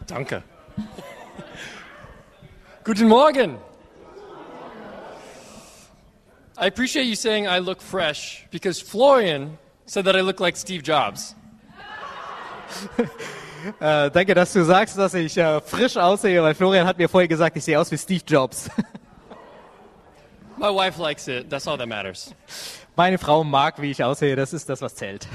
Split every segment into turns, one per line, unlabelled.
Danke. Guten Morgen. I appreciate you saying I look fresh because Florian said that I look like Steve Jobs.
Danke, dass du sagst, dass ich frisch aussehe, weil Florian hat mir vorher gesagt, ich sehe aus wie Steve Jobs.
My wife likes it. That's all that matters.
Meine Frau mag, wie ich aussehe. Das ist das, was zählt.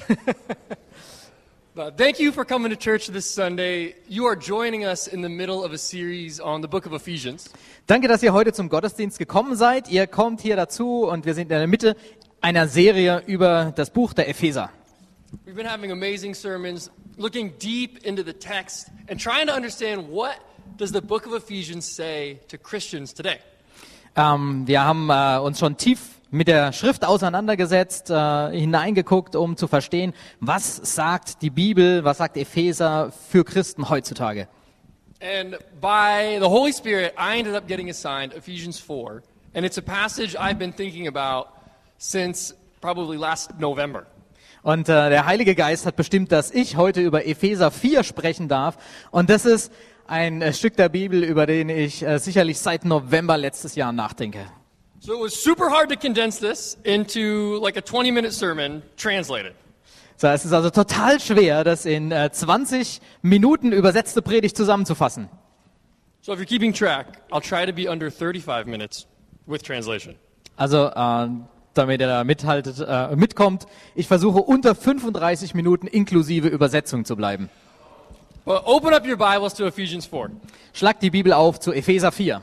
Thank you for coming to church this Sunday. You are joining us in the middle of a series on the book of Ephesians.
Danke, dass ihr heute zum Gottesdienst gekommen seid. Ihr kommt hier dazu und wir sind in der Mitte einer Serie über das Buch der Epheser.
We've been having amazing sermons, looking deep into the text and trying to understand what does the book of Ephesians say to Christians today.
Wir haben uns schon tief mit der Schrift auseinandergesetzt, hineingeguckt, um zu verstehen, was sagt die Bibel, was sagt Epheser für Christen heutzutage.
And by the Holy Spirit, I ended up getting assigned Ephesians 4, and it's a passage I've been thinking about since probably last November.
Und der Heilige Geist hat bestimmt, dass ich heute über Epheser 4 sprechen darf. Und das ist ein Stück der Bibel, über den ich sicherlich seit November letztes Jahr nachdenke.
So it was super hard to condense this into like a 20-minute sermon translated.
So, es ist also total schwer, das in 20 Minuten übersetzte Predigt zusammenzufassen.
So if you're keeping track, I'll try to be under 35 minutes with translation.
Also, damit ihr da mitkommt, ich versuche unter 35 Minuten inklusive Übersetzung zu bleiben.
Well, open up your Bibles to Ephesians 4.
Schlagt die Bibel auf zu Epheser 4.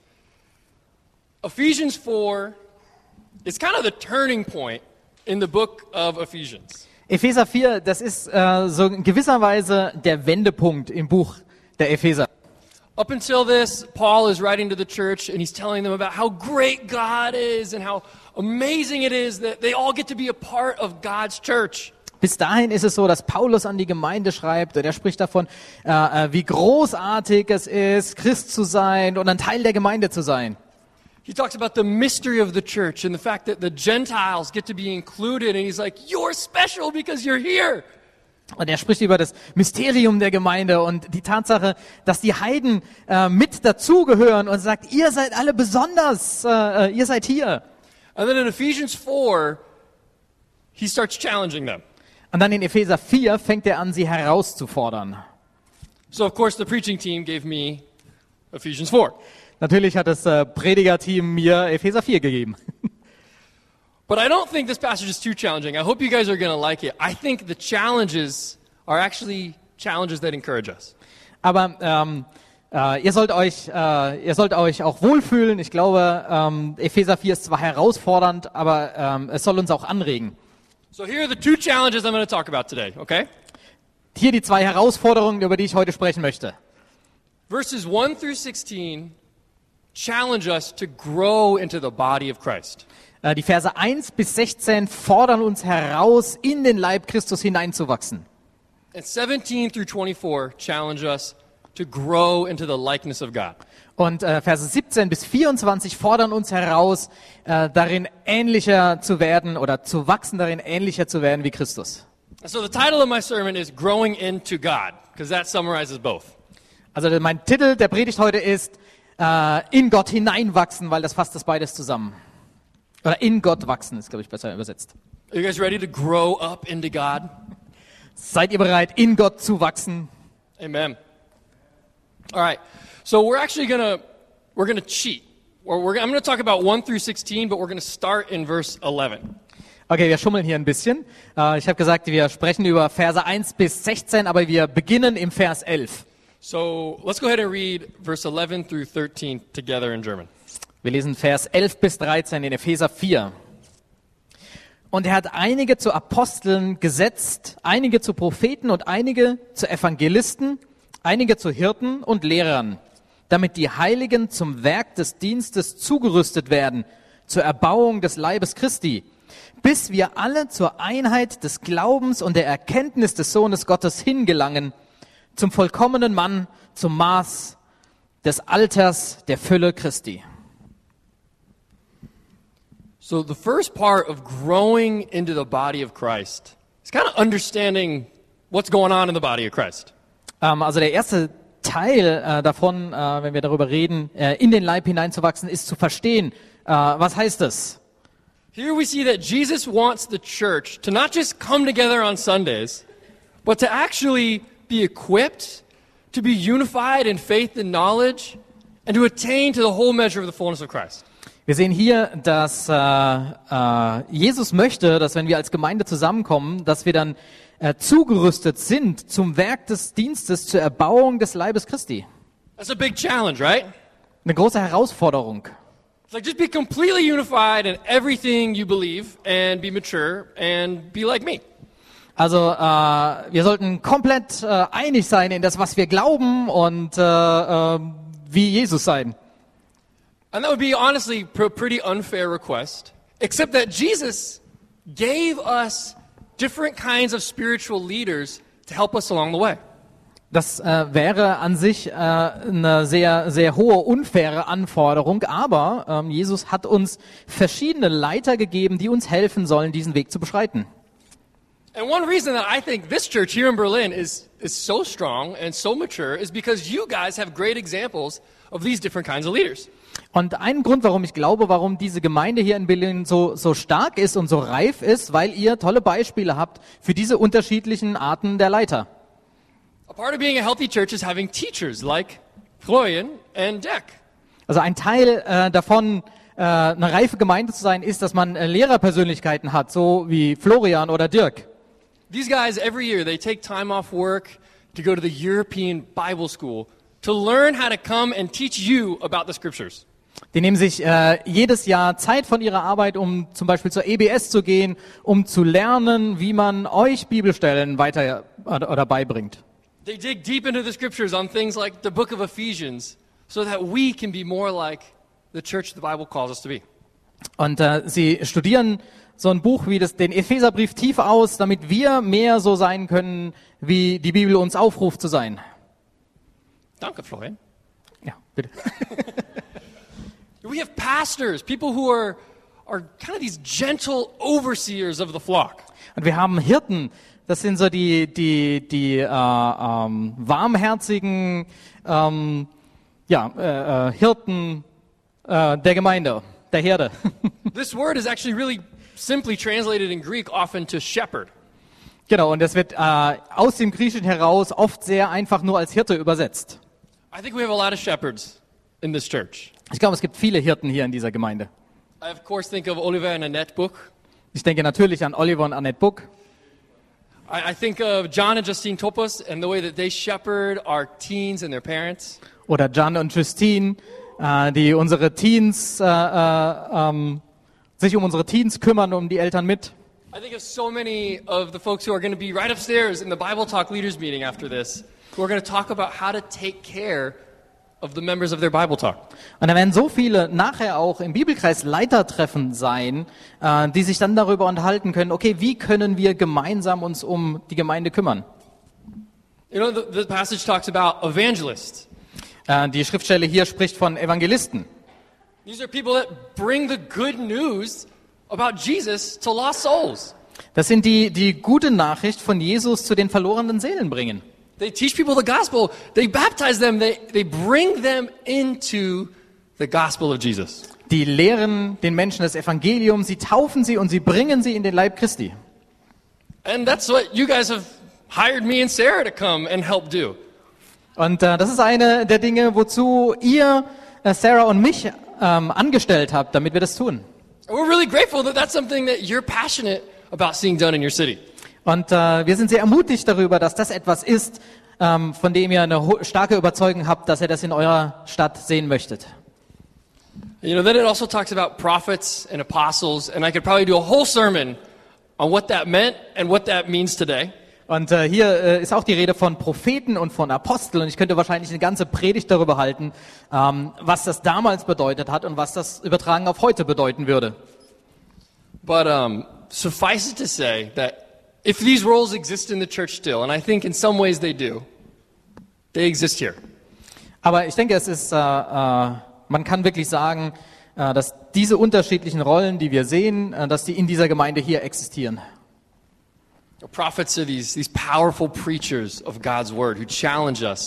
Ephesians 4 is kind of the turning point in the book of Ephesians.
Epheser 4, das ist so in gewisser Weise der Wendepunkt im Buch der Epheser.
Up until this, Paul is writing to the church and he's telling them about how great God is and how amazing it is that they all get to be a part of God's church.
Bis dahin ist es so, dass Paulus an die Gemeinde schreibt und er spricht davon, wie großartig es ist, Christ zu sein und ein Teil der Gemeinde zu sein.
He talks about the mystery of the church and the fact that the Gentiles get to be included, and he's like, you're special because you're here.
Und er spricht über das Mysterium der Gemeinde und die Tatsache, dass die Heiden mit dazugehören und sagt, ihr seid alle besonders, ihr seid hier.
And then in Ephesians 4, he starts challenging them.
Und dann in Epheser 4 fängt er an, sie herauszufordern.
So of course the preaching team gave me Ephesians 4.
Natürlich hat das Predigerteam mir Epheser 4 gegeben.
But I don't think this passage is too challenging. I hope you guys are going to like it. I think the challenges are actually challenges that encourage us.
Aber ihr sollt euch auch wohlfühlen. Ich glaube, Epheser 4 ist zwar herausfordernd, aber es soll uns auch anregen.
So here are the two challenges I'm going to talk about today, okay?
Hier die zwei Herausforderungen, über die ich heute sprechen möchte.
Verses 1 through 16 challenge us to grow into the body of Christ.
Die Verse 1 bis 16 fordern uns heraus, in den Leib Christus hineinzuwachsen.
And 17 through 24 challenge us to grow into the likeness of God.
Und Verse 17 bis 24 fordern uns heraus, darin ähnlicher zu werden oder zu wachsen, darin ähnlicher zu werden wie Christus.
So the title of my sermon is Growing into God, because that summarizes both.
Also mein Titel der Predigt heute ist in Gott hineinwachsen, weil das fasst das beides zusammen. Oder in Gott wachsen ist, glaube ich, besser übersetzt.
Are you guys ready to grow up into God?
Seid ihr bereit, in Gott zu wachsen?
Amen. All right. So we're actually we're gonna cheat. I'm gonna talk about 1 through 16, but we're gonna start in verse 11.
Okay, wir schummeln hier ein bisschen. Ich habe gesagt, wir sprechen über Verse 1 bis 16, aber wir beginnen im Vers 11.
So let's go ahead and read verse 11 through 13 together in German.
Wir lesen Vers 11 bis 13 in Epheser 4. Und er hat einige zu Aposteln gesetzt, einige zu Propheten und einige zu Evangelisten, einige zu Hirten und Lehrern, damit die Heiligen zum Werk des Dienstes zugerüstet werden, zur Erbauung des Leibes Christi, bis wir alle zur Einheit des Glaubens und der Erkenntnis des Sohnes Gottes hingelangen, zum vollkommenen Mann, zum Maß des Alters der Fülle Christi.
So the first part of growing into the body of Christ is kind of understanding what's going on in the body of Christ.
Also der erste Teil davon, wenn wir darüber reden, in den Leib hineinzuwachsen, ist zu verstehen, was heißt es?
Here we see that Jesus wants the church to not just come together on Sundays, but to actually be equipped, to be unified in faith and knowledge, and to attain to the whole measure of the fullness of Christ.
Wir sehen hier, dass Jesus möchte, dass wenn wir als Gemeinde zusammenkommen, dass wir dann zugerüstet sind zum Werk des Dienstes, zur Erbauung des Leibes Christi.
That's a big challenge, right?
Eine große Herausforderung.
It's like just be completely unified in everything you believe and be mature and be like me.
Also wir sollten komplett einig sein in das, was wir glauben und wie Jesus sein.
And that would be honestly a pretty unfair request, except that Jesus gave us different kinds of spiritual leaders to help us along the way.
Das wäre an sich eine sehr, sehr hohe, unfaire Anforderung, aber Jesus hat uns verschiedene Leiter gegeben, die uns helfen sollen, diesen Weg zu beschreiten.
And one reason that I think this church here in Berlin is so strong and so mature is because you guys have great examples of these different kinds of leaders.
Und ein Grund, warum ich glaube, warum diese Gemeinde hier in Berlin so stark ist und so reif ist, weil ihr tolle Beispiele habt für diese unterschiedlichen Arten der Leiter.
A part of being a healthy church is having teachers like Florian and Deck.
Also ein Teil davon, eine reife Gemeinde zu sein, ist, dass man Lehrerpersönlichkeiten hat, so wie Florian oder Dirk.
These guys, every year, they take time off work to go to the European Bible School to learn how to come and teach you about the Scriptures.
Die nehmen sich jedes Jahr Zeit von ihrer Arbeit, um zum Beispiel zur EBS zu gehen, um zu lernen, wie man euch Bibelstellen weiter oder beibringt.
They dig deep into the Scriptures on things like the book of Ephesians so that we can be more like the church the Bible calls us to be.
Und sie studieren so ein Buch wie den Epheserbrief tief aus, damit wir mehr so sein können, wie die Bibel uns aufruft zu sein.
Danke, Florian.
Ja, bitte.
We have pastors, people who are kind of these gentle overseers of the flock.
Und wir haben Hirten. Das sind so die warmherzigen Hirten der Gemeinde, der Herde.
This word is actually really simply translated in Greek often to shepherd.
Genau, und das wird aus dem Griechischen heraus oft sehr einfach nur als Hirte übersetzt.
I think we have a lot of shepherds in this church.
Ich glaube, es gibt viele Hirten hier in dieser Gemeinde.
I of course think of Oliver and Annette Book.
Ich denke natürlich an Oliver und Annette Book.
I think of John and Justine Topos and the way that they shepherd our teens and their parents.
Oder John und Justine, die unsere Teens, sich um unsere Teens kümmern, um die Eltern mit.
I think of so many of the folks who are going to be right upstairs in the Bible Talk Leaders Meeting after this, who are going to talk about how to take care of the members of their Bible Talk.
Und da werden so viele nachher auch im Bibelkreis Leitertreffen sein, die sich dann darüber unterhalten können, okay, wie können wir gemeinsam uns um die Gemeinde kümmern?
You know, the passage talks about evangelists.
Die Schriftstelle hier spricht von Evangelisten.
These are people that bring the good news about Jesus to lost souls.
Das sind die gute Nachricht von Jesus zu den verlorenen Seelen bringen.
They teach people the gospel. They baptize them. They bring them into the gospel of Jesus.
Die lehren den Menschen das Evangelium, sie taufen sie und sie bringen sie in den Leib Christi.
And that's what you guys have hired me and Sarah to come and help do.
Und das ist eine der Dinge, wozu ihr, Sarah und mich angestellt habt, damit wir das tun.
And we're really grateful that that's something that you're passionate about seeing done in your city.
Und wir sind sehr ermutigt darüber, dass das etwas ist, von dem ihr eine starke Überzeugung habt, dass ihr das in eurer Stadt sehen möchtet.
You know, then it also talks about prophets and apostles, and I could probably do a whole sermon on what that meant and what that means today.
Und hier ist auch die Rede von Propheten und von Aposteln. Und ich könnte wahrscheinlich eine ganze Predigt darüber halten, was das damals bedeutet hat und was das übertragen auf heute bedeuten würde.
But suffice it to say that if these roles exist in the church still, and I think in some ways they do, they exist here.
Aber ich denke, es ist, man kann wirklich sagen, dass diese unterschiedlichen Rollen, die wir sehen, dass die in dieser Gemeinde hier existieren.
Prophets are these powerful preachers of God's word who challenge us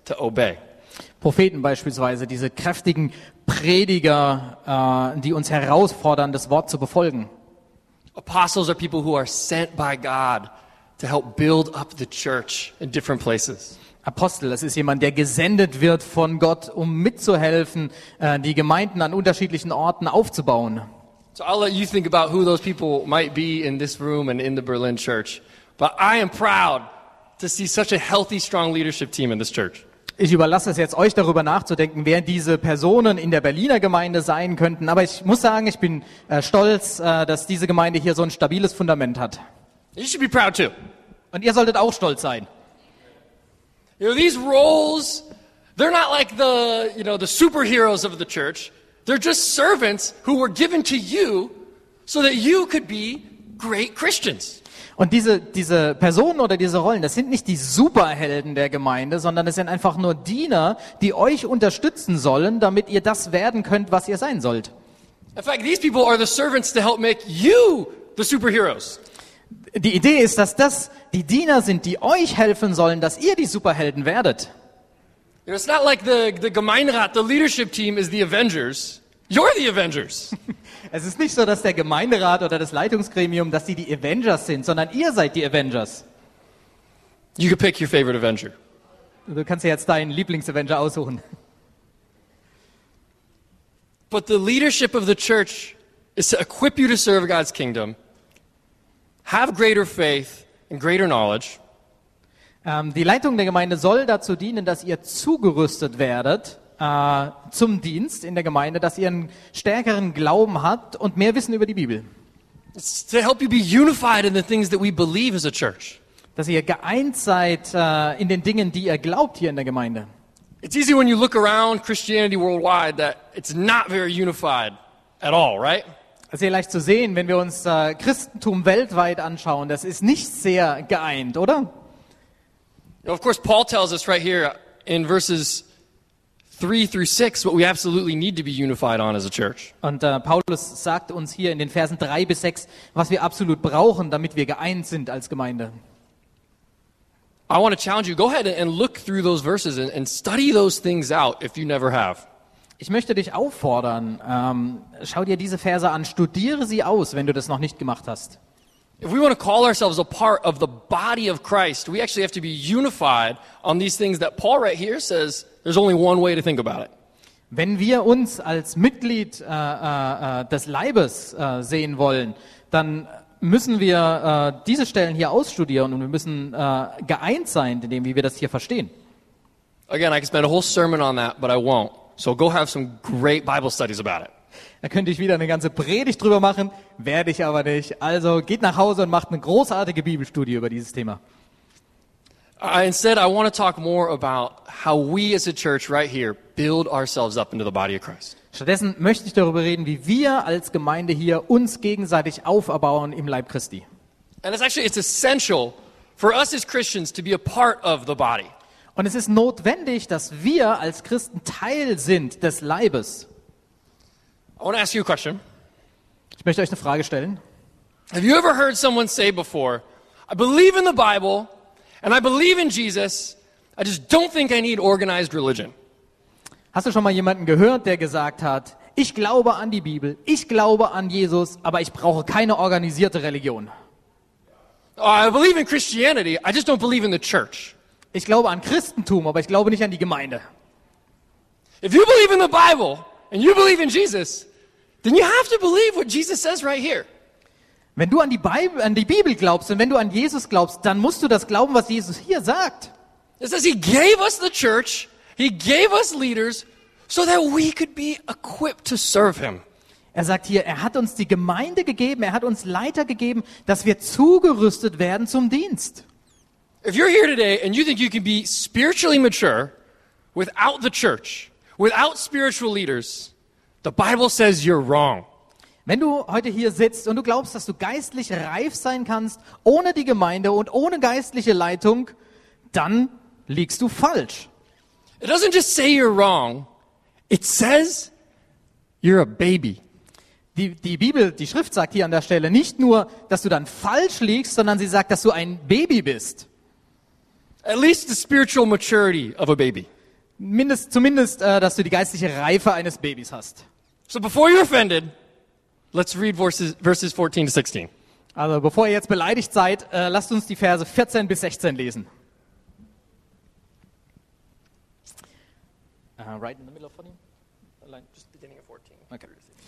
to obey.
Propheten beispielsweise, diese kräftigen Prediger, die uns herausfordern, das Wort zu befolgen.
Apostles are people who are sent by God to help build up the church in different places.
Apostel, das ist jemand, der gesendet wird von Gott, um mitzuhelfen, die Gemeinden an unterschiedlichen Orten aufzubauen.
So I'll let you think about who those people might be in this room and in the Berlin church. But I am proud to see such a healthy, strong leadership team in this church.
Ich überlasse es jetzt euch, darüber nachzudenken, wer diese Personen in der Berliner Gemeinde sein könnten. Aber ich muss sagen, ich bin stolz, dass diese Gemeinde hier so ein stabiles Fundament hat.
You should be proud too.
Und ihr solltet auch stolz sein.
You know, these roles, they're not like the superheroes of the church. They're just servants who were given to you so that you could be great Christians.
Und diese Personen oder diese Rollen, das sind nicht die Superhelden der Gemeinde, sondern es sind einfach nur Diener, die euch unterstützen sollen, damit ihr das werden könnt, was ihr sein sollt.
In fact, these people are the servants to help make you the superheroes.
Die Idee ist, dass das die Diener sind, die euch helfen sollen, dass ihr die Superhelden werdet.
You know, it's not like the Gemeinderat, the leadership team is the Avengers. You're the Avengers.
Es ist nicht so, dass der Gemeinderat oder das Leitungsgremium, dass die Avengers sind, sondern ihr seid die Avengers.
You can pick your favorite Avenger.
Du kannst dir jetzt deinen Lieblings-Avenger aussuchen.
But the leadership of the church is to equip you to serve God's kingdom, have greater faith and greater knowledge.
Die Leitung der Gemeinde soll dazu dienen, dass ihr zugerüstet werdet zum Dienst in der Gemeinde, dass ihr einen stärkeren Glauben habt und mehr Wissen über die Bibel.
It's to help you be unified in the things that we believe as a church.
Dass ihr geeint seid in den Dingen, die ihr glaubt hier in der Gemeinde.
It's easy when you look around Christianity worldwide that it's not very unified at all, right?
Das ist sehr leicht zu sehen, wenn wir uns Christentum weltweit anschauen. Das ist nicht sehr geeint, oder?
Of course, Paul tells us right here in verses 3 through 6 what we absolutely need to be unified on as a church.
Und Paulus sagt uns hier in den Versen 3 bis 6, was wir absolut brauchen, damit wir geeint sind als Gemeinde.
I want to challenge you, go ahead and look through those verses and study those things out if you never have.
Ich möchte dich auffordern, schau dir diese Verse an, studiere sie aus, wenn du das noch nicht gemacht hast.
If we want to call ourselves a part of the body of Christ, we actually have to be unified on these things that Paul right here says there's only one way to think about it.
Wenn wir uns als Mitglied des Leibes sehen wollen, dann müssen wir diese Stellen hier ausstudieren und wir müssen geeint sein, in dem, wie wir das hier verstehen.
Again, I could spend a whole sermon on that, but I won't. So go have some great Bible studies about it.
Da könnte ich wieder eine ganze Predigt drüber machen, werde ich aber nicht. Also geht nach Hause und macht eine großartige Bibelstudie über dieses Thema.
Instead, I want to talk more about how we as a church right here build ourselves up into the body of Christ.
Stattdessen möchte ich darüber reden, wie wir als Gemeinde hier uns gegenseitig auferbauen im Leib Christi.
And it's essential for us as Christians to be a part of the body.
Und es ist notwendig, dass wir als Christen Teil sind des Leibes.
I want to ask you a question.
Ich möchte euch eine Frage stellen.
Have you ever heard someone say before, I believe in the Bible and I believe in Jesus, I just don't think I need organized religion?
Hast du schon mal jemanden gehört, der gesagt hat, ich glaube an die Bibel, ich glaube an Jesus, aber ich brauche keine organisierte Religion?
I believe in Christianity, I just don't believe in the church.
Ich glaube an Christentum, aber ich glaube nicht an die Gemeinde.
If you believe in the Bible and you believe in Jesus, then you have to believe what Jesus says right here.
Wenn du an die Bibel glaubst und wenn du an Jesus glaubst, dann musst du das glauben, was Jesus hier sagt.
It says he gave us the church, he gave us leaders so that we could be equipped to serve him.
Er sagt hier, er hat uns die Gemeinde gegeben, er hat uns Leiter gegeben, dass wir zugerüstet werden zum Dienst.
If you're here today and you think you can be spiritually mature without the church, without spiritual leaders, the Bible says you're wrong.
Wenn du heute hier sitzt und du glaubst, dass du geistlich reif sein kannst, ohne die Gemeinde und ohne geistliche Leitung, dann liegst du falsch.
It doesn't just say you're wrong, it says you're a baby.
Die Bibel, die Schrift sagt hier an der Stelle nicht nur, dass du dann falsch liegst, sondern sie sagt, dass du ein Baby bist.
At least the spiritual maturity of a baby.
Zumindest, dass du die geistliche Reife eines Babys hast.
So before you're offended, let's read verses 14 to 16.
Also bevor ihr jetzt beleidigt seid, lasst uns die Verse 14 bis 16 lesen. Right in the middle of 14?
Just beginning of 14.
Okay.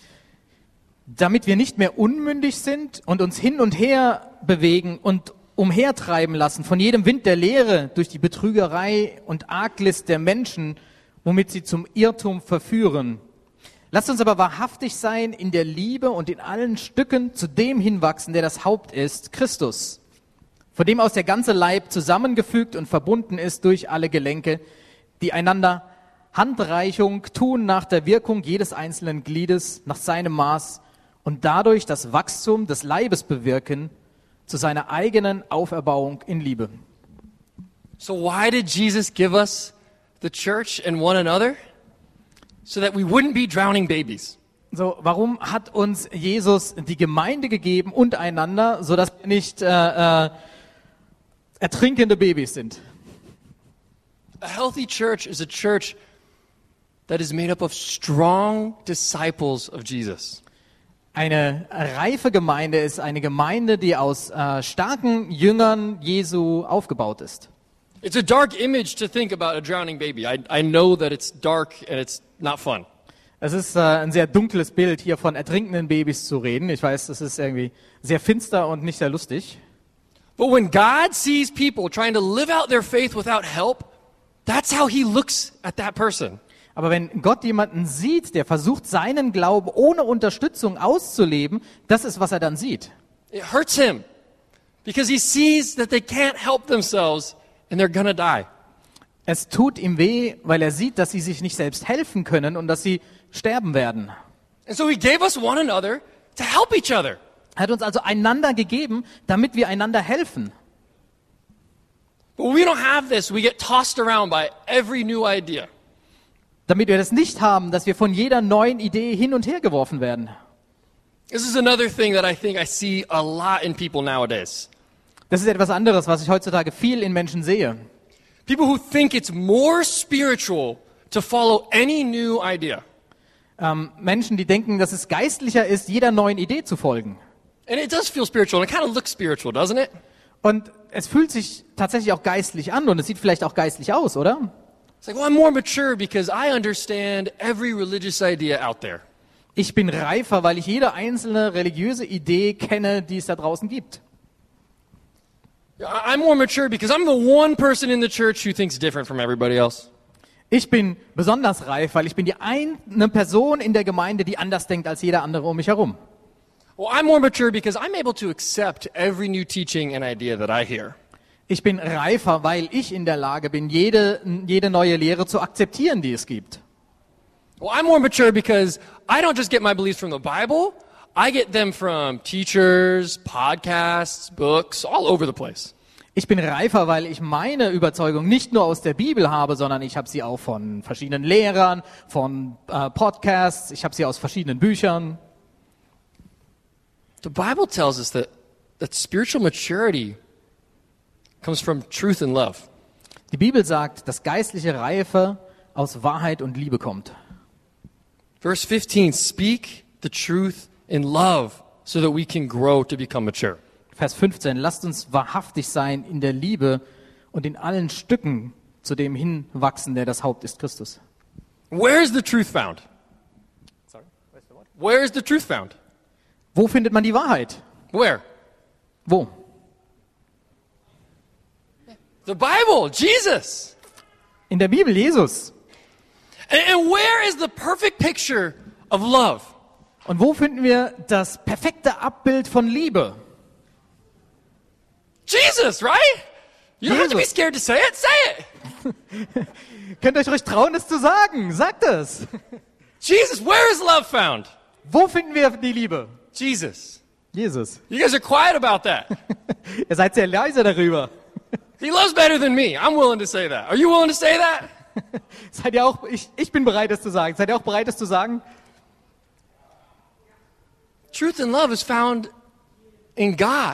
Damit wir nicht mehr unmündig sind und uns hin und her bewegen und umhertreiben lassen von jedem Wind der Lehre durch die Betrügerei und Arglist der Menschen, womit sie zum Irrtum verführen. Lasst uns aber wahrhaftig sein in der Liebe und in allen Stücken zu dem hinwachsen, der das Haupt ist, Christus, von dem aus der ganze Leib zusammengefügt und verbunden ist durch alle Gelenke, die einander Handreichung tun nach der Wirkung jedes einzelnen Gliedes, nach seinem Maß und dadurch das Wachstum des Leibes bewirken zu seiner eigenen Auferbauung in Liebe.
So why did Jesus give us the church and one another? So that we wouldn't be drowning babies.
So, warum hat uns Jesus die Gemeinde gegeben und einander, so dass wir nicht ertrinkende Babys sind?
A healthy church is a church that is made up of strong disciples of Jesus.
Eine reife Gemeinde ist eine Gemeinde, die aus starken Jüngern Jesu aufgebaut ist.
It's a dark image to think about a drowning baby. I know that it's dark and it's not fun.
Es ist ein sehr dunkles Bild, hier von ertrinkenden Babys zu reden. Ich weiß, das ist irgendwie sehr finster und nicht sehr lustig.
But when God sees people trying to live out their faith without help, that's how he looks at that person.
Aber wenn Gott jemanden sieht, der versucht, seinen Glauben ohne Unterstützung auszuleben, das ist, was er dann sieht.
It hurts him because he sees that they can't help themselves and they're gonna die.
Es tut ihm weh, weil er sieht, dass sie sich nicht selbst helfen können und dass sie sterben werden.
And so he gave us one another to help each other.
Er hat uns also einander gegeben, damit wir einander helfen.
But when we don't have this, we get tossed around by every new idea.
Damit wir das nicht haben, dass wir von jeder neuen Idee hin und her geworfen werden.
This is another thing that I think I see a lot in people nowadays.
Das ist etwas anderes, was ich heutzutage viel in Menschen sehe.
People who think it's more spiritual to follow any new idea.
Menschen, die denken, dass es geistlicher ist, jeder neuen Idee zu folgen.
And it does feel spiritual, and it kind of looks spiritual, doesn't it?
Und es fühlt sich tatsächlich auch geistlich an und es sieht vielleicht auch geistlich aus, oder?
It's like, well, I'm more mature because I understand every religious idea out there.
Ich bin reifer, weil ich jede einzelne religiöse Idee kenne, die es da draußen gibt.
I'm more mature because I'm the one person in the church who thinks different from everybody else.
Ich bin besonders reif, weil ich bin die eine Person in der Gemeinde, die anders denkt als jeder andere um mich herum.
Well, I'm more mature because I'm able to accept every new teaching and idea that I hear.
Ich bin reifer, weil ich in der Lage bin, jede neue Lehre zu akzeptieren, die es gibt.
Well, I'm more mature because I don't just get my beliefs from the Bible, I get them from teachers, podcasts, books, all over the place.
Ich bin reifer, weil ich meine Überzeugung nicht nur aus der Bibel habe, sondern ich habe sie auch von verschiedenen Lehrern, von Podcasts, ich habe sie aus verschiedenen Büchern.
The Bible tells us that spiritual maturity comes from truth and love.
Die Bibel sagt, dass geistliche Reife aus Wahrheit und Liebe kommt.
Verse 15, speak the truth in love so that we can grow to become mature.
Vers 15, lasst uns wahrhaftig sein in der Liebe und in allen Stücken zu dem hinwachsen, der das Haupt ist, Christus.
Where is the truth found? Sorry, where is the truth found?
Wo findet man die Wahrheit?
Where?
Wo?
The Bible, Jesus.
In der Bibel, Jesus.
And where is the perfect picture of love?
Und wo finden wir das perfekte Abbild von Liebe?
Jesus, right? You don't have to be scared to say it. Say it.
Könnt ihr euch trauen, es zu sagen? Sagt es.
Jesus, where is love found?
Wo finden wir die Liebe?
Jesus.
Jesus.
You guys are quiet about that.
Ihr seid sehr leise darüber.
He loves better than me. I'm willing to say that. Are you willing to say that?
Seid ihr auch, ich bin bereit, es zu sagen. Seid ihr auch bereit, es zu sagen?
Truth and love is found in God.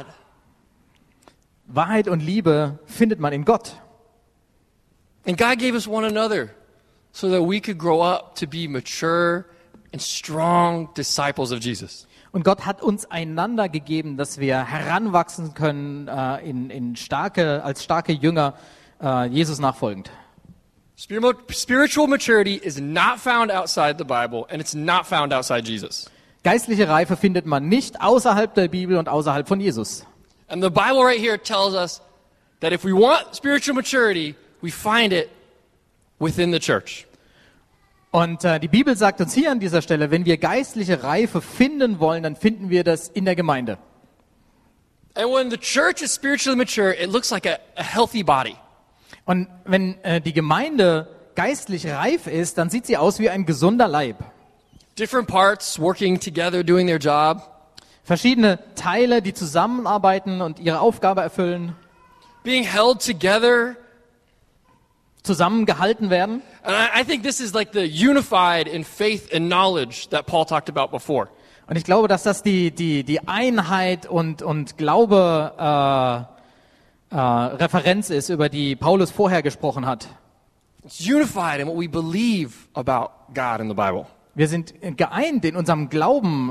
Wahrheit und Liebe findet man in Gott.
And God gave us one another so that we could grow up to be mature and strong disciples of Jesus.
Und Gott hat uns einander gegeben, dass wir heranwachsen können als starke Jünger, Jesus nachfolgend.
Spiritual maturity is not found outside the Bible, and it's not found outside Jesus.
Geistliche Reife findet man nicht außerhalb der Bibel und außerhalb von Jesus.
And the Bible right here tells us that if we want spiritual maturity, we find it within the church.
Und die Bibel sagt uns hier an dieser Stelle, wenn wir geistliche Reife finden wollen, dann finden wir das in der Gemeinde.
And when the church is spiritually mature, it looks like a healthy body.
Und wenn die Gemeinde geistlich reif ist, dann sieht sie aus wie ein gesunder Leib.
Different parts working together, doing their job.
Verschiedene Teile, die zusammenarbeiten und ihre Aufgabe erfüllen.
Being held together.
Zusammengehalten werden.
And I think this is like the unified in faith and knowledge that Paul talked about before.
Und ich glaube, dass das die Einheit und Glaube Referenz ist, über die Paulus vorher gesprochen hat.
It's unified in what we believe about God in the Bible.
Wir sind geeint in unserem Glauben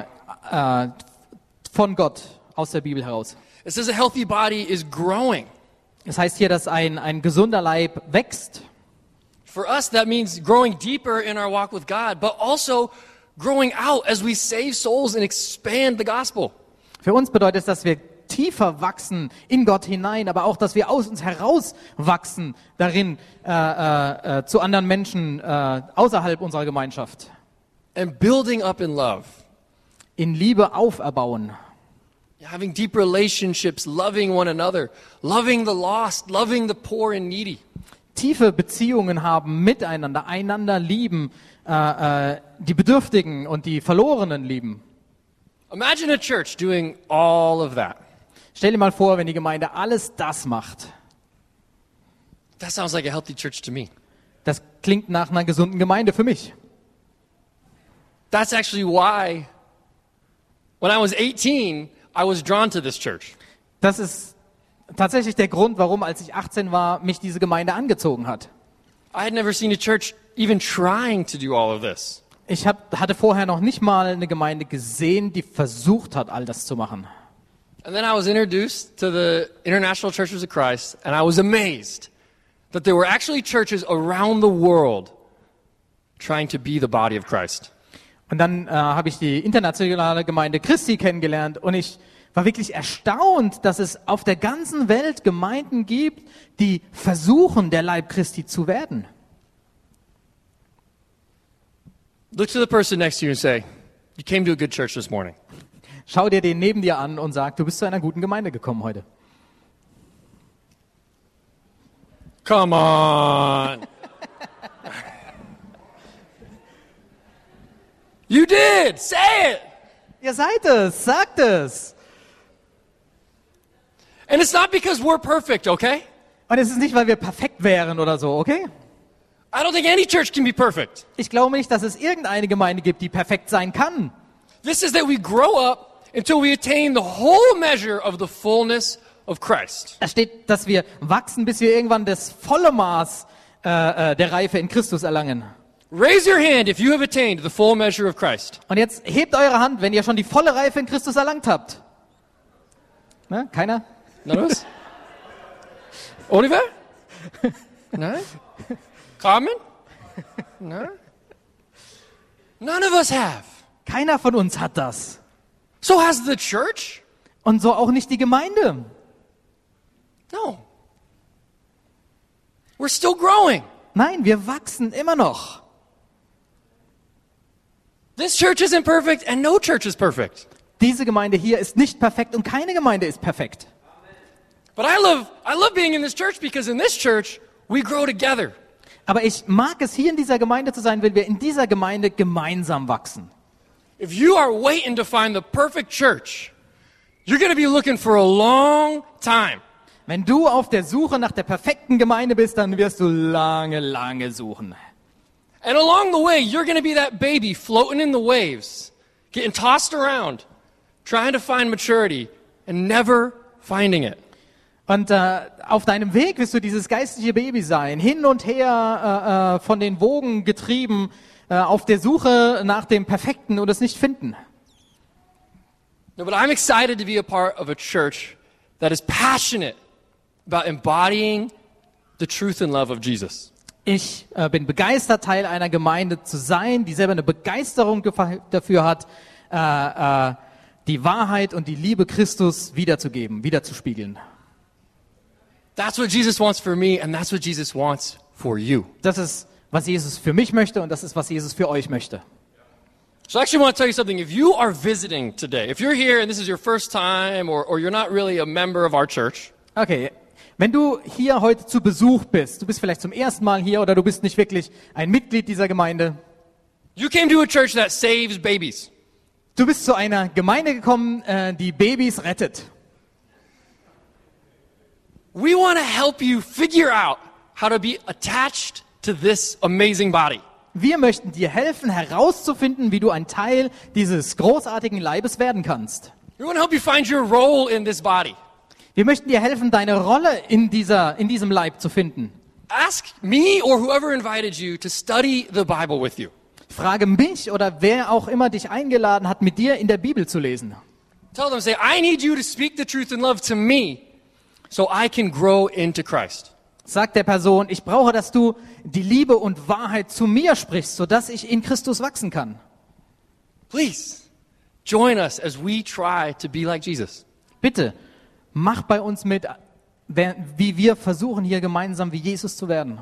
von Gott aus der Bibel heraus.
It says a healthy body is growing.
Es heißt hier, dass ein gesunder Leib wächst.
For us, that means growing deeper in our walk with God, but also growing out as we save souls and expand the gospel.
Für uns bedeutet es, dass wir tiefer wachsen in Gott hinein, aber auch, dass wir aus uns heraus wachsen darin zu anderen Menschen außerhalb unserer Gemeinschaft.
And building up in love.
In Liebe auferbauen.
Having deep relationships, loving one another, loving the lost, loving the poor and needy.
Tiefe Beziehungen haben miteinander, einander lieben, die Bedürftigen und die Verlorenen lieben.
Imagine a church doing all of that.
Stell dir mal vor, wenn die Gemeinde alles das macht.
That sounds like a healthy church to me.
Das klingt nach einer gesunden Gemeinde für mich.
That's actually why, when I was 18, I was drawn to this church.
Das ist tatsächlich der Grund, warum, als ich 18 war, mich diese Gemeinde angezogen hat.
I had never seen a church even trying to do all of this.
Ich hatte vorher noch nicht mal eine Gemeinde gesehen, die versucht hat, all das zu machen.
And then I was introduced to the International Churches of Christ, and I was amazed that there were actually churches around the world trying to be the body of Christ.
Und dann habe ich die internationale Gemeinde Christi kennengelernt und ich war wirklich erstaunt, dass es auf der ganzen Welt Gemeinden gibt, die versuchen, der Leib Christi zu werden.
Look to the person next to you and say, you came to a good church this morning.
Schau dir den neben dir an und sag, du bist zu einer guten Gemeinde gekommen heute.
Come on. You did. Say it.
Ihr seid es, sagt es.
And it's not because we're perfect, okay?
Und es ist nicht, weil wir perfekt wären oder so, okay?
I don't think any church can be perfect.
Ich glaube nicht, dass es irgendeine Gemeinde gibt, die perfekt sein kann.
This is that we grow up until we attain the whole measure of the fullness of Christ.
Da steht, dass wir wachsen, bis wir irgendwann das volle Maß der Reife in Christus erlangen.
Raise your hand if you have attained the full measure of Christ.
Und jetzt hebt eure Hand, wenn ihr schon die volle Reife in Christus erlangt habt. Ne? Keiner?
None of us? Oliver? No? Carmen? No? None of us have.
Keiner von uns hat das.
So has the church?
Und so auch nicht die Gemeinde.
No. We're still growing.
Nein, wir wachsen immer noch.
This church isn't perfect and no church is perfect.
Diese Gemeinde hier ist nicht perfekt und keine Gemeinde ist perfekt.
But I love being in this church because in this church we grow together.
Aber ich mag es, hier in dieser Gemeinde zu sein, wenn wir in dieser Gemeinde gemeinsam wachsen.
If you are waiting to find the perfect church, you're going to be looking for a long time.
Wenn du auf der Suche nach der perfekten Gemeinde bist, dann wirst du lange, lange suchen.
And along the way, you're going to be that baby floating in the waves, getting tossed around, trying to find maturity and never finding it.
Und auf deinem Weg wirst du dieses geistliche Baby sein, hin und her von den Wogen getrieben, auf der Suche nach dem Perfekten und es nicht finden.
No, but I'm excited to be a part of a church that is passionate about embodying the truth and love of Jesus.
Ich bin begeistert, Teil einer Gemeinde zu sein, die selber eine Begeisterung dafür hat, die Wahrheit und die Liebe Christus wiederzugeben, wiederzuspiegeln.
That's what Jesus wants for me, and that's what Jesus wants for you.
Das ist, was Jesus für mich möchte, und das ist, was Jesus für euch möchte.
So I actually want to tell you something. If you are visiting today, if you're here and this is your first time, or you're not really a member of our church,
Okay, wenn du hier heute zu Besuch bist, du bist vielleicht zum ersten Mal hier oder du bist nicht wirklich ein Mitglied dieser Gemeinde,
you came to a church that saves babies.
du bist zu einer Gemeinde gekommen, die Babys rettet.
We want to help you figure out how to be attached to this amazing body.
Wir möchten dir helfen, herauszufinden, wie du ein Teil dieses großartigen Leibes werden kannst.
We want to help you find your role in this body.
Wir möchten dir helfen, deine Rolle in diesem Leib zu finden.
Ask me or whoever invited you to study the Bible with you.
Frage mich oder wer auch immer dich eingeladen hat, mit dir in der Bibel zu lesen.
Tell them, say, I need you to speak the truth and love to me so I can grow into Christ.
Sag der Person, ich brauche, dass du die Liebe und Wahrheit zu mir sprichst, sodass ich in Christus wachsen kann.
Please, join us as we try to be like Jesus.
Bitte, mach bei uns mit, wie wir versuchen, hier gemeinsam wie Jesus zu werden.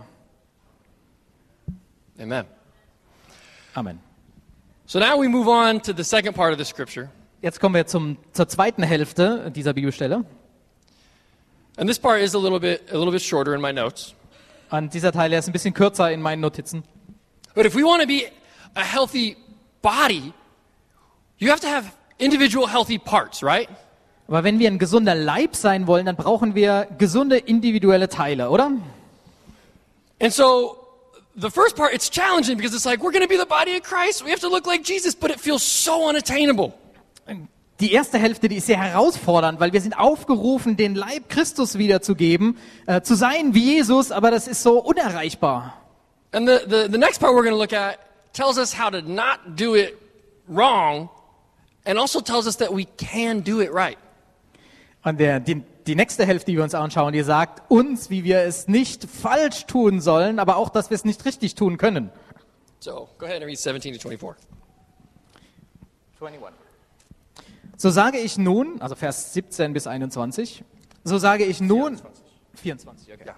Amen.
Amen.
So now we move on to the second part of the scripture.
Jetzt kommen wir zur zweiten Hälfte dieser Bibelstelle.
And this part is a little bit shorter in my notes.
Und dieser Teil ist ein bisschen kürzer in meinen Notizen.
But if we want to be a healthy body, you have to have individual healthy parts, right?
Aber wenn wir ein gesunder Leib sein wollen, dann brauchen wir gesunde individuelle Teile, oder?
And so the first part, it's challenging because it's like, we're going to be the body of Christ. We have to look like Jesus, but it feels so unattainable.
Die erste Hälfte, die ist sehr herausfordernd, weil wir sind aufgerufen, den Leib Christus wiederzugeben, zu sein wie Jesus, aber das ist so unerreichbar.
And the next part we're going to look at tells us how to not do it wrong and also tells us that we can do it right.
Und die nächste Hälfte, die wir uns anschauen, die sagt uns, wie wir es nicht falsch tun sollen, aber auch, dass wir es nicht richtig tun können.
So go ahead and read 17 to 24.
21. So sage ich nun, also Vers 17 bis 21, so sage ich nun, 24, okay.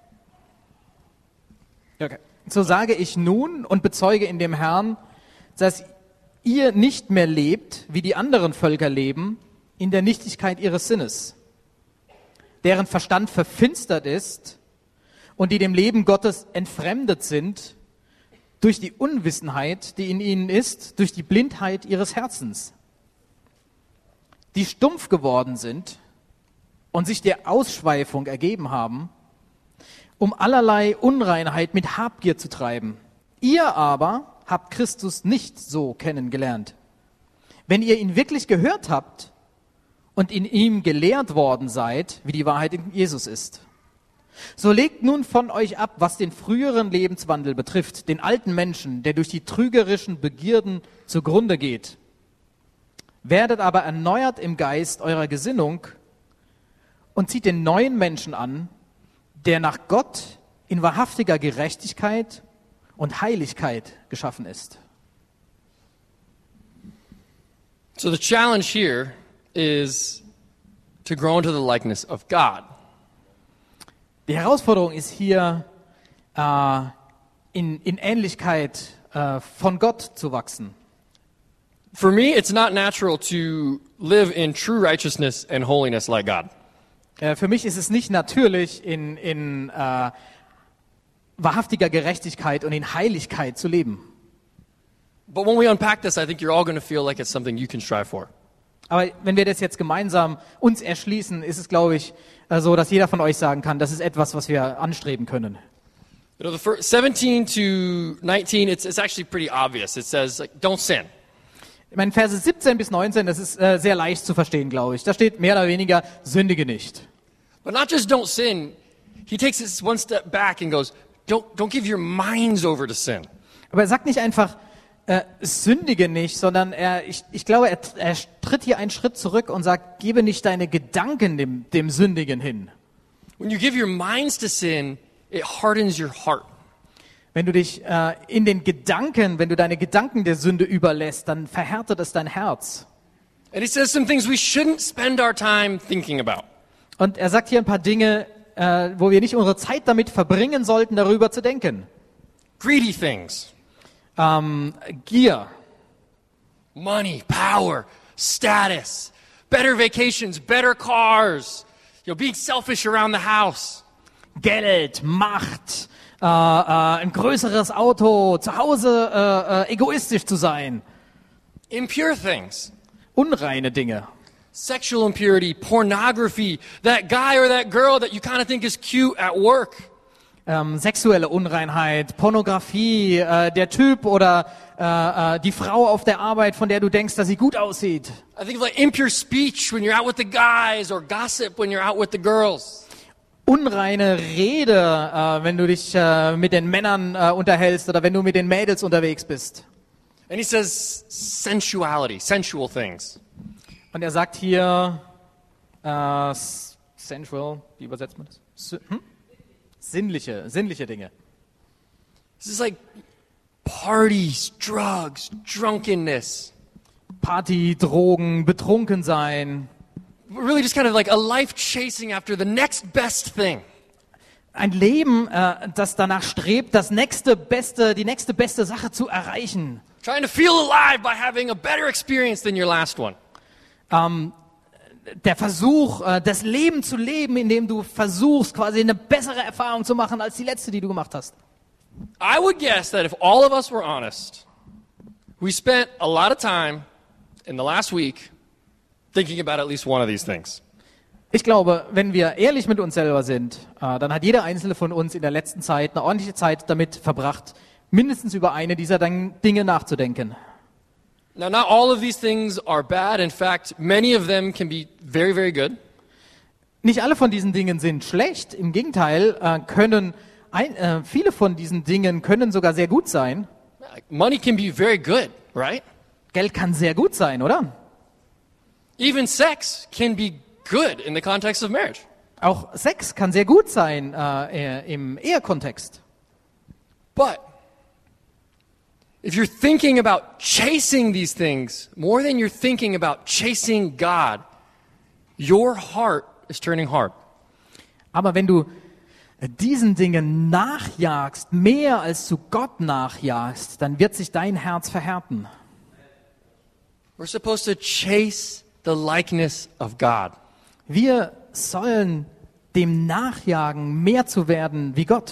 Ja. Okay. So sage ich nun und bezeuge in dem Herrn, dass ihr nicht mehr lebt, wie die anderen Völker leben, in der Nichtigkeit ihres Sinnes, deren Verstand verfinstert ist und die dem Leben Gottes entfremdet sind, durch die Unwissenheit, die in ihnen ist, durch die Blindheit ihres Herzens, die stumpf geworden sind und sich der Ausschweifung ergeben haben, um allerlei Unreinheit mit Habgier zu treiben. Ihr aber habt Christus nicht so kennengelernt. Wenn ihr ihn wirklich gehört habt und in ihm gelehrt worden seid, wie die Wahrheit in Jesus ist, so legt nun von euch ab, was den früheren Lebenswandel betrifft, den alten Menschen, der durch die trügerischen Begierden zugrunde geht. Werdet aber erneuert im Geist eurer Gesinnung und zieht den neuen Menschen an, der nach Gott in wahrhaftiger Gerechtigkeit und Heiligkeit geschaffen ist.
So the challenge here is to grow into the likeness of God.
Die Herausforderung ist hier, in Ähnlichkeit von Gott zu wachsen.
For me, it's not natural to live in true righteousness and holiness like God.
Für mich ist es nicht natürlich, in wahrhaftiger Gerechtigkeit und in Heiligkeit zu leben.
But when we unpack this, I think you're all going to feel like it's something you can strive for.
Aber wenn wir das jetzt gemeinsam uns erschließen, ist es, glaube ich, so, dass jeder von euch sagen kann, das ist etwas, was wir anstreben können.
You know, the first 17 to 19, it's actually pretty obvious. It says, like, don't sin.
Ich meine, Verse 17 bis 19, das ist sehr leicht zu verstehen, glaube ich. Da steht mehr oder weniger, sündige nicht.
But not just don't sin. He takes it one step back and goes, don't give your minds over to sin.
Aber er sagt nicht einfach, sündige nicht, sondern ich glaube, er tritt hier einen Schritt zurück und sagt, gebe nicht deine Gedanken dem Sündigen hin.
When you give your minds to sin, it hardens your heart.
Wenn du dich wenn du deine Gedanken der Sünde überlässt, dann verhärtet es dein Herz.
And he says some things we shouldn't spend our time thinking about.
Und er sagt hier ein paar Dinge, wo wir nicht unsere Zeit damit verbringen sollten, darüber zu denken.
Greedy things.
Gier,
Money, power, status, better vacations, better cars, being selfish around the house.
Geld, Macht, ein größeres Auto, zu Hause egoistisch zu sein,
Impure things.
unreine Dinge.
Sexual impurity, pornography, that guy or that girl that you kind of think is cute at work.
Sexuelle Unreinheit, Pornografie, der Typ oder die Frau auf der Arbeit, von der du denkst, dass sie gut aussieht.
I think of like impure speech when you're out with the guys or gossip when you're out with the girls.
Unreine Rede, wenn du dich mit den Männern unterhältst oder wenn du mit den Mädels unterwegs bist.
And he says sensuality, sensual things.
Und er sagt hier, sensual, wie übersetzt man das? Sinnliche Dinge.
This is like parties, drugs, drunkenness.
Party, Drogen, betrunken sein.
Really just kind of like a life chasing after the next best thing.
Ein Leben, das danach strebt, die nächste beste Sache zu erreichen.
Trying to feel alive by having a better experience than your last one.
Der Versuch, das Leben zu leben, indem du versuchst, quasi eine bessere Erfahrung zu machen als die letzte, die du gemacht hast.
I would guess that if all of us were honest, we spent a lot of time in the last week thinking about at least one of these things.
Ich glaube, wenn wir ehrlich mit uns selber sind, dann hat jeder einzelne von uns in der letzten Zeit eine ordentliche Zeit damit verbracht, mindestens über eine dieser Dinge nachzudenken.
Now, not all of these things are bad. In fact, many of them can be very, very good.
Nicht alle von diesen Dingen sind schlecht. Im Gegenteil, viele von diesen Dingen können sogar sehr gut sein.
Money can be very good, right?
Geld kann sehr gut sein, oder?
Even sex can be good in the context of marriage.
Auch Sex kann sehr gut sein im Ehekontext.
But if you're thinking about chasing these things more than you're thinking about chasing God, your heart is turning hard.
Aber wenn du diesen Dingen nachjagst, mehr als du Gott nachjagst, dann wird sich dein Herz verhärten.
We're supposed to chase the likeness of God.
Wir sollen dem nachjagen, mehr zu werden wie Gott.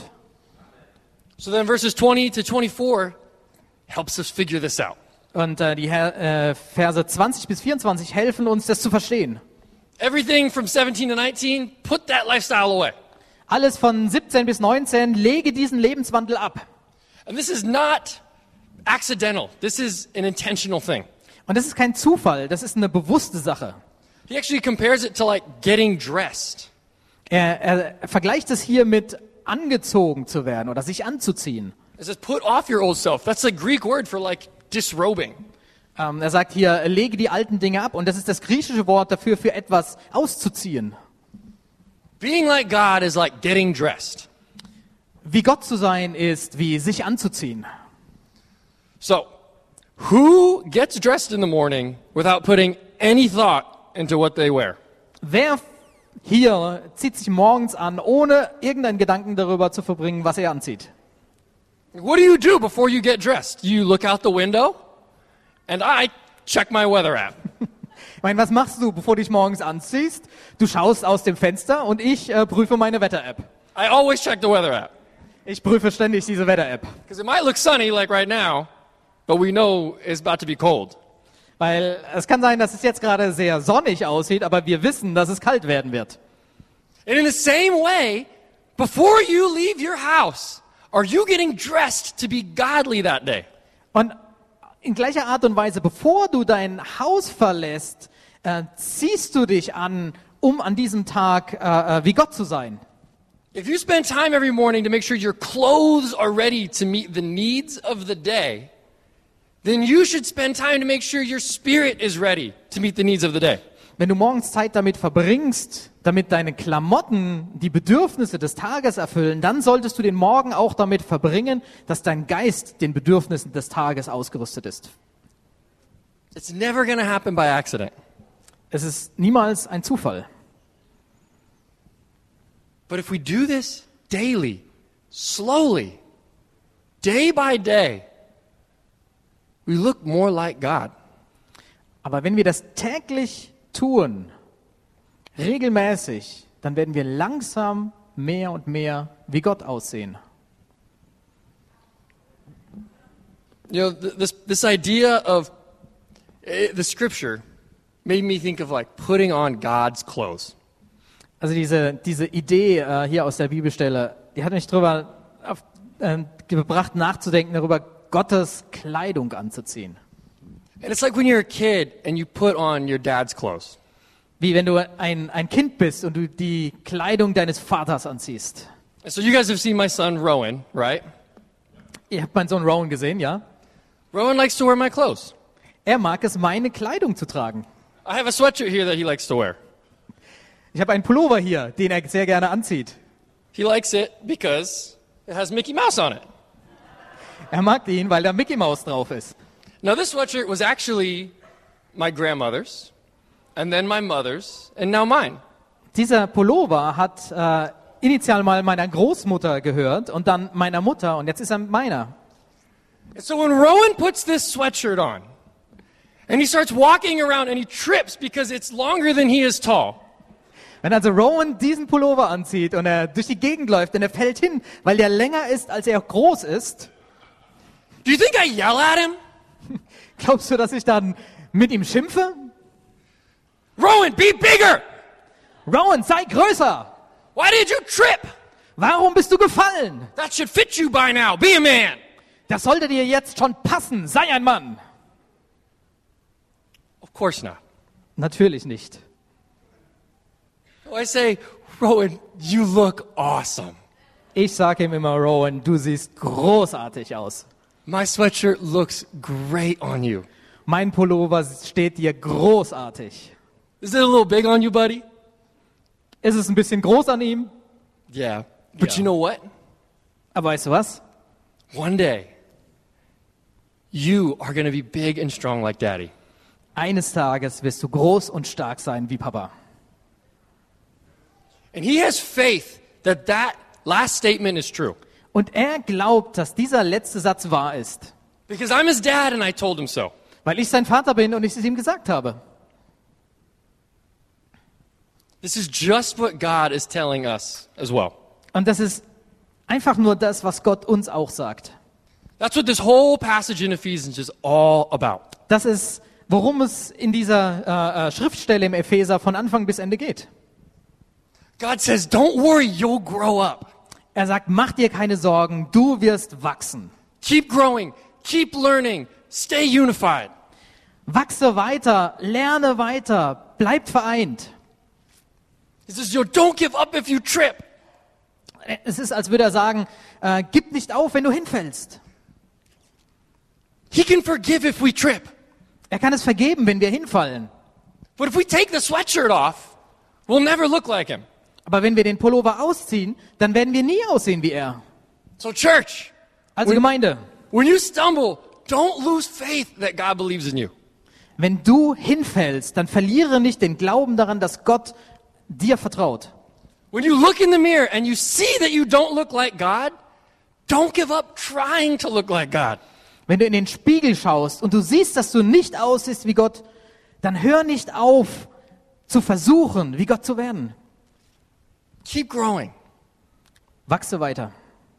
So then verses 20 to 24 helps us figure this out.
Und die Verse 20 bis 24 helfen uns, das zu verstehen.
Everything from 17 to 19, put that lifestyle away.
Alles von 17 bis 19, lege diesen Lebenswandel ab.
And this is not accidental. This is an intentional thing.
Und das ist kein Zufall, das ist eine bewusste Sache.
He actually compares it to like getting dressed.
Er vergleicht es hier mit angezogen zu werden oder sich anzuziehen.
It says, put off your old self. That's a Greek word for like disrobing.
Er sagt hier, lege die alten Dinge ab. Und das ist das griechische Wort dafür, für etwas auszuziehen.
Being like God is like getting dressed.
Wie Gott zu sein ist, wie sich anzuziehen.
So, who gets dressed in the morning without putting any thought into what they wear?
Wer hier zieht sich morgens an, ohne irgendeinen Gedanken darüber zu verbringen, was er anzieht?
What do you do before you get dressed? You look out the window, and I check my weather app.
Ich meine, was machst du, bevor du dich morgens anziehst? Du schaust aus dem Fenster und ich prüfe meine Wetter-App.
I always check the weather app.
Ich prüfe ständig diese Wetter-App.
Because it might look sunny like right now, but we know it's about to be cold.
Weil es kann sein, dass es jetzt gerade sehr sonnig aussieht, aber wir wissen, dass es kalt werden wird.
And in the same way, before you leave your house, are you getting dressed to be godly that day?
Und in gleicher Art und Weise, bevor du dein Haus verlässt, ziehst du dich an, um an diesem Tag wie Gott zu sein.
If you spend time every morning to make sure your clothes are ready to meet the needs of the day, then you should spend time to make sure your spirit is ready to meet the needs of the day.
Wenn du morgens Zeit damit verbringst, damit deine Klamotten die Bedürfnisse des Tages erfüllen, dann solltest du den Morgen auch damit verbringen, dass dein Geist den Bedürfnissen des Tages ausgerüstet ist.
It's never going to happen by accident.
Es ist niemals ein Zufall.
But if we do this daily, slowly, day by day, we look more like God.
Aber wenn wir das täglich tun, regelmäßig, dann werden wir langsam mehr und mehr wie Gott aussehen.
You know, this idea of the scripture made me think of like putting on God's clothes.
Also diese Idee hier aus der Bibelstelle, die hat mich gebracht nachzudenken darüber, Gottes Kleidung anzuziehen.
And it's like when you're a kid and you put on your dad's clothes.
Wie wenn du ein Kind bist und du die Kleidung deines Vaters anziehst.
And so you guys have seen my son Rowan, right?
Ihr habt meinen Sohn Rowan gesehen, ja?
Rowan likes to wear my clothes.
Er mag es, meine Kleidung zu tragen.
I have a sweatshirt here that he likes to wear.
Ich habe einen Pullover hier, den er sehr gerne anzieht.
He likes it because it has Mickey Mouse on it.
Er mag ihn, weil da Mickey Mouse drauf ist.
Now this sweatshirt was actually my grandmother's, and then my mother's, and now mine.
Dieser Pullover hat initial mal meiner Großmutter gehört und dann meiner Mutter und jetzt ist er meiner.
And so when Rowan puts this sweatshirt on, and he starts walking around and he trips because it's longer than he is tall.
Wenn also Rowan diesen Pullover anzieht und er durch die Gegend läuft und er fällt hin, weil der länger ist, als er groß ist,
Do you think I yell at him?
glaubst du, dass ich dann mit ihm schimpfe?
Rowan, be bigger!
Rowan, sei größer!
Why did you trip?
Warum bist du gefallen?
That should fit you by now. Be a man.
Das sollte dir jetzt schon passen. Sei ein Mann.
Of course not.
Natürlich nicht.
So I say, Rowan, you look awesome.
Ich sage ihm immer, Rowan, du siehst großartig aus.
My sweatshirt looks great on you.
Mein Pullover steht dir großartig.
Is it a little big on you, buddy?
Ist es ein bisschen groß an ihm?
Yeah. But
Yeah.
you know what?
Aber weißt du was?
One day, you are going to be big and strong like Daddy.
Eines Tages wirst du groß und stark sein wie Papa.
And he has faith that that last statement is true.
Und er glaubt, dass dieser letzte Satz wahr ist.
Because I'm his dad and I told him so.
Weil ich sein Vater bin und ich es ihm gesagt habe.
This is just what God is telling us as well.
Und das ist einfach nur das, was Gott uns auch sagt.
That's what this whole passage in Ephesians is all about.
Das ist, worum es in dieser Schriftstelle im Epheser von Anfang bis Ende geht.
God says, don't worry, you'll grow up.
Er sagt, mach dir keine Sorgen, du wirst wachsen.
Keep growing, keep learning, stay unified.
Wachse weiter, lerne weiter, bleib vereint.
He says, yo, don't give up if you trip.
Es ist, als würde er sagen, gib nicht auf, wenn du hinfällst.
He can forgive if we trip.
Er kann es vergeben, wenn wir hinfallen.
But if we take the sweatshirt off, we'll never look like him.
Aber wenn wir den Pullover ausziehen, dann werden wir nie aussehen wie er.
So church,
Also Gemeinde,
when you stumble, don't lose faith that God believes in you.
wenn du hinfällst, dann verliere nicht den Glauben daran, dass Gott dir vertraut.
When you look in the mirror and you see that you don't look like God, don't give up trying to look like God.
Wenn du in den Spiegel schaust und du siehst, dass du nicht aussiehst wie Gott, dann hör nicht auf zu versuchen, wie Gott zu werden.
Keep growing.
Wachse weiter.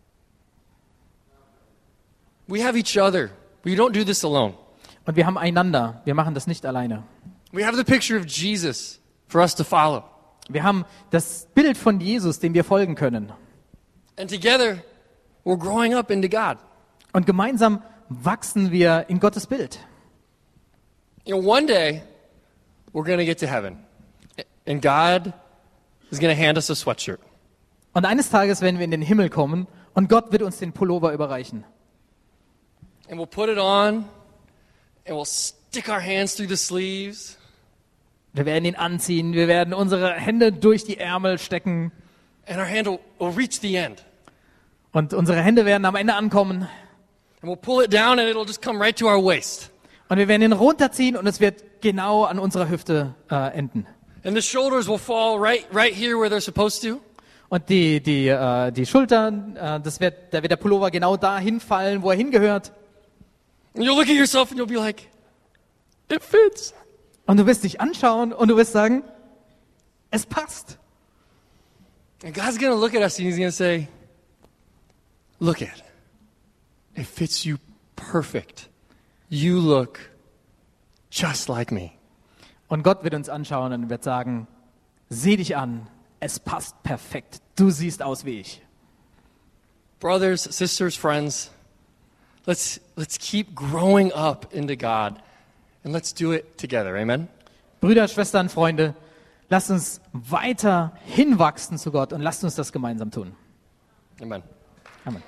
We have each other. We don't do this alone.
Und wir haben einander. Wir machen das nicht alleine.
We have the picture of Jesus for us to follow.
Wir haben das Bild von Jesus, dem wir folgen können.
And together, we're growing up into God.
Und gemeinsam wachsen wir in Gottes Bild.
You know, one day, we're going to get to heaven. And God is going to hand us a sweatshirt.
Und eines Tages werden wir in den Himmel kommen und Gott wird uns den Pullover überreichen.
And we'll put it on and we'll stick our hands through the sleeves.
Wir werden ihn anziehen, wir werden unsere Hände durch die Ärmel stecken
And our hand will reach the end.
und unsere Hände werden am Ende ankommen.
And we'll pull it down and it'll just come right to our waist.
Und wir werden ihn runterziehen und es wird genau an unserer Hüfte enden.
And the shoulders will fall right here where they're supposed to.
Und die Schultern, da wird der Pullover genau da hinfallen, wo er hingehört.
And you'll look at yourself and you'll be like, it fits.
Und du wirst dich anschauen und du wirst sagen, es passt.
And God's going to look at us and he's going to say, look at it. It fits you perfect. You look just like me.
Und Gott wird uns anschauen und wird sagen, sieh dich an, es passt perfekt. Du siehst aus wie ich.
Brothers, sisters, friends, let's keep growing up into God and let's do it together. Amen.
Brüder, Schwestern, Freunde, lasst uns weiter hinwachsen zu Gott und lasst uns das gemeinsam tun.
Amen.
Amen.